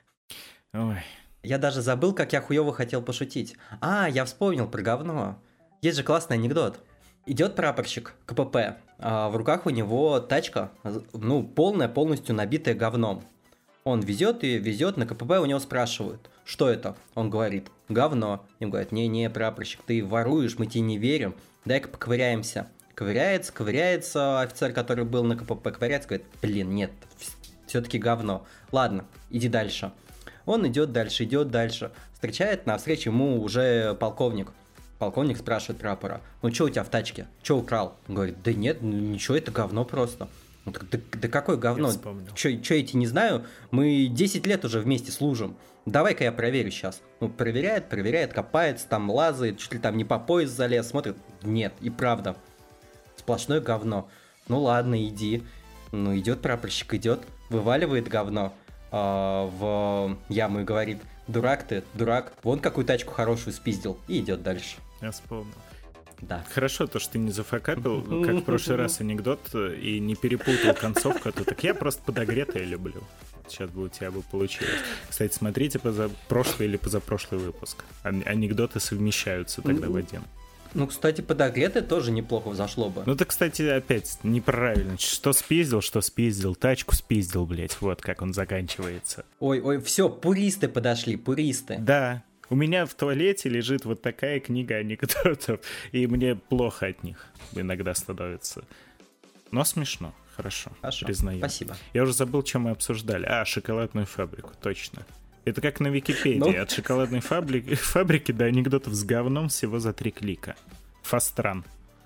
Ой, Я даже забыл, как я хуёво хотел пошутить. А, я вспомнил про говно. Есть же классный анекдот. Идет прапорщик КПП, а в руках у него тачка, ну, полная, полностью набитая говном. Он везет и везет, на КПП у него спрашивают, что это? Он говорит, говно. Им говорят, не-не, прапорщик, ты воруешь, мы тебе не верим, дай-ка поковыряемся. Ковыряется, ковыряется, офицер, который был на КПП, ковыряется, говорит, блин, нет, все-таки говно. Ладно, иди дальше. Он идет дальше, идет дальше. Встречает на встрече ему уже полковник. Полковник спрашивает прапора, ну что у тебя в тачке? Что украл? Он говорит, да нет, ну ничего, это говно просто. Он такой, да, да какое говно? Я вспомнил. Что я эти не знаю? Мы десять лет уже вместе служим. Давай-ка я проверю сейчас. Ну, проверяет, проверяет, копается, там лазает, чуть ли там не по пояс залез, смотрит. Нет, и правда. Сплошное говно. Ну ладно, иди. Ну, идет прапорщик, идет, вываливает говно а, в яму и говорит, дурак ты, дурак, вон какую тачку хорошую спиздил, и идет дальше. я вспомнил. Да. Хорошо то, что ты не зафакапил, как в прошлый раз анекдот, и не перепутал концовку, а то так я просто подогретое люблю. Сейчас бы у тебя бы получилось. Кстати, смотрите поза прошлый или позапрошлый выпуск. Ан- Анекдоты совмещаются тогда в один. Ну, кстати, подогретое тоже неплохо взошло бы. Ну, это, кстати, опять неправильно. Что спиздил, что спиздил, тачку спиздил, блять. Вот как он заканчивается. Ой, ой, все, пуристы подошли, пуристы. Да, у меня в туалете лежит вот такая книга анекдотов, и мне плохо от них иногда становится. Но смешно, хорошо, Хорошо, признаю. спасибо. Я уже забыл, чем мы обсуждали. А, шоколадную фабрику, точно. Это как на Википедии. Ну. От шоколадной фабрики, фабрики до анекдотов с говном всего за три клика. Фастран.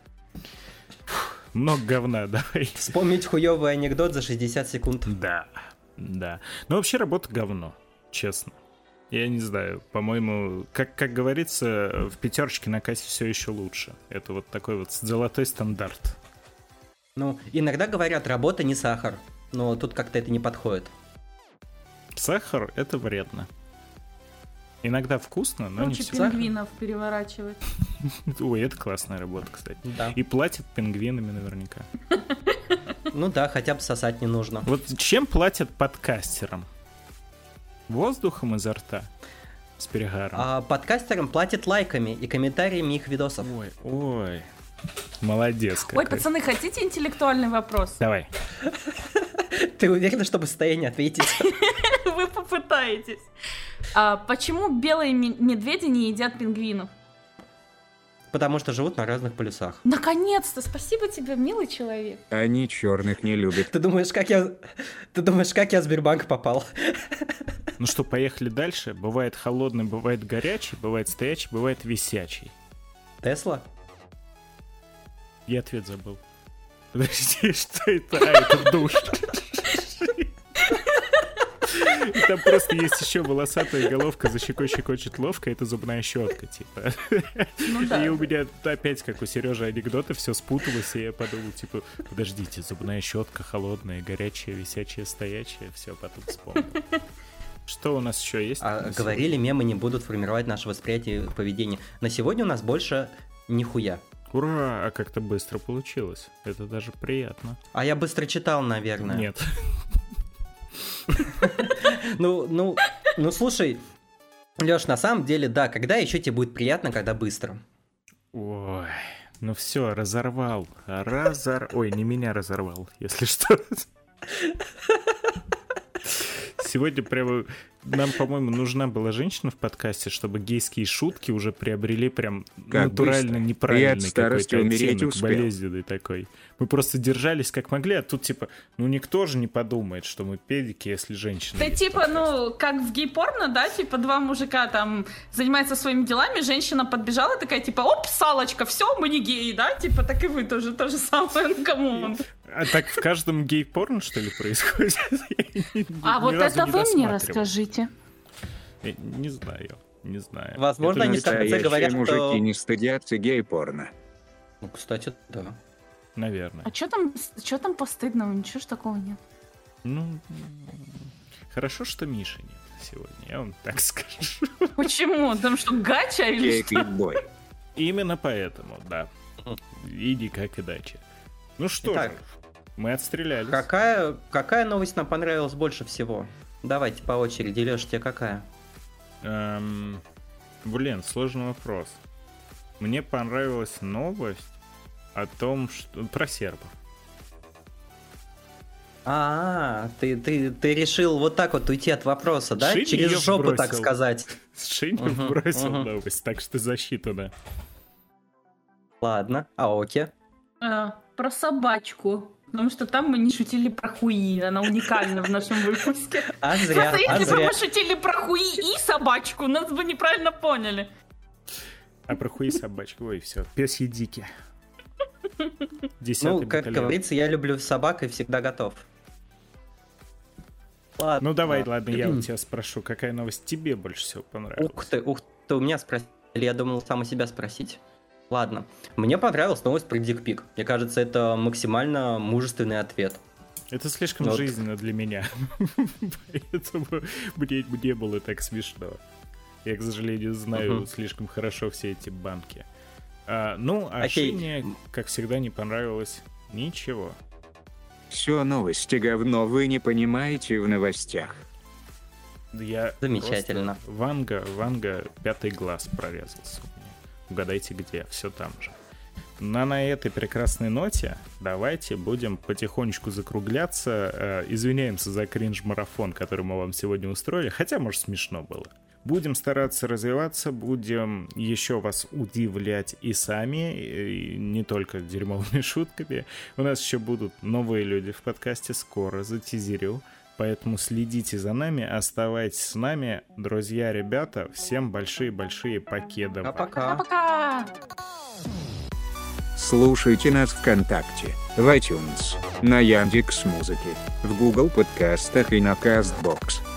Фух, много говна, давай. Вспомнить хуёвый анекдот за шестьдесят секунд. Да, да. Но вообще работа говно, честно. Я не знаю, по-моему, как, как говорится, в пятерочке на кассе все еще лучше. Это вот такой вот золотой стандарт. Ну, иногда говорят, работа не сахар, но тут как-то это не подходит. Сахар — это вредно. Иногда вкусно, но не Лучше всегда. пингвинов переворачивать. Ой, это классная работа, кстати. Да. И платят пингвинами наверняка. Ну да, хотя бы сосать не нужно. Вот чем платят подкастерам? Воздухом изо рта? С перегаром? А подкастерам платят лайками и комментариями их видосов. Ой, ой. Молодец какой. Ой, пацаны, хотите интеллектуальный вопрос? Давай. Ты уверена, что в состоянии ответить? Вы попытаетесь. А почему белые ме- медведи не едят пингвинов? Потому что живут на разных полюсах. Наконец-то! Спасибо тебе, милый человек. Они черных не любят. Ты думаешь, как я... Ты думаешь, как я в Сбербанк попал? Ну что, поехали дальше. Бывает холодный, бывает горячий, бывает стоячий, бывает висячий. Тесла? Я ответ забыл. Подожди, что это? А, это душ. И там просто есть еще волосатая головка, за щекой щекочет ловко, это зубная щетка, типа. Ну, да. И у меня опять, как у Сережи анекдоты, все спуталось, и я подумал, типа, подождите, зубная щетка холодная, горячая, висячая, стоячая, все, потом вспомнил. Что у нас еще есть? А говорили, мемы не будут формировать наше восприятие поведения. На сегодня у нас больше нихуя. Ура! А как-то быстро получилось. Это даже приятно. А я быстро читал, наверное. Нет. Ну, ну, ну, слушай, Лёш, на самом деле, да, когда еще тебе будет приятно, когда быстро? Ой, ну все, разорвал. Разор... Ой, не меня разорвал, если что. Сегодня прямо нам, по-моему, нужна была женщина в подкасте, чтобы гейские шутки уже приобрели прям как натурально быстро. неправильный какой-то оттенок, болезненный такой. Мы просто держались как могли, а тут типа, ну никто же не подумает, что мы педики, если женщина. Да типа, ну, как в гей-порно, да, типа два мужика там занимаются своими делами, женщина подбежала такая, типа, оп, салочка, все, мы не геи, да, типа, так и вы тоже то же самое, ну, камон. А так в каждом гей-порно, что ли, происходит? А вот это вы мне расскажите. Я не знаю, не знаю. Возможно, они в конце говорят, мужики что... не стыдятся гей-порно. Ну, кстати, да. Наверное. А что там, что там постыдного? Ничего ж такого нет. Ну, хорошо, что Миши нет сегодня, я вам так скажу. Почему? Потому что гача или что? Бой. Именно поэтому, да. И никак иначе. Ну что Итак, же, мы отстрелялись. Какая, какая новость нам понравилась больше всего? Давайте по очереди. Лёш, тебе какая? Эм, блин, сложный вопрос. Мне понравилась новость о том, что... Про сербов. А, ты, ты, ты решил вот так вот уйти от вопроса, да? Шинь Через её жопу, бросил. так сказать. Шинь Мгм, бросил мгм. новость, так что засчитано. Ладно, а окей. А, про собачку. Потому что там мы не шутили про хуи. Она уникальна в нашем выпуске. А зря, Просто а если бы зря. мы шутили про хуи и собачку, нас бы неправильно поняли. А про хуи собачку, ой, все, пёсьи дики. Десятый Ну, как батальон. говорится, я люблю собак и всегда готов. Ладно. Ну давай, ладно, я у тебя спрошу, какая новость тебе больше всего понравилась? Ух ты, ух ты, у меня спросили, я думал сам у себя спросить. Ладно, мне понравилась новость про дикпик. Мне кажется, это максимально мужественный ответ. Это слишком Вот. жизненно для меня. Поэтому мне не было так смешно. Я, к сожалению, знаю Мгм. слишком хорошо все эти банки. А, ну, а Окей. Шине, как всегда, не понравилось ничего. Все новости говно вы не понимаете в новостях. Я Замечательно. просто- Ванга, Ванга, пятый глаз прорезался у меня. Угадайте где, все там же. Но на этой прекрасной ноте давайте будем потихонечку закругляться. Э, извиняемся за кринж-марафон, который мы вам сегодня устроили, хотя, может, смешно было. Будем стараться развиваться, будем еще вас удивлять и сами, и не только дерьмовыми шутками. У нас еще будут новые люди в подкасте скоро, затизерю. Поэтому следите за нами, оставайтесь с нами. Друзья, ребята, всем большие-большие покедов. А пока. Пока! Слушайте нас ВКонтакте, в iTunes, на Яндекс.Музыке, в Google подкастах и на Castbox.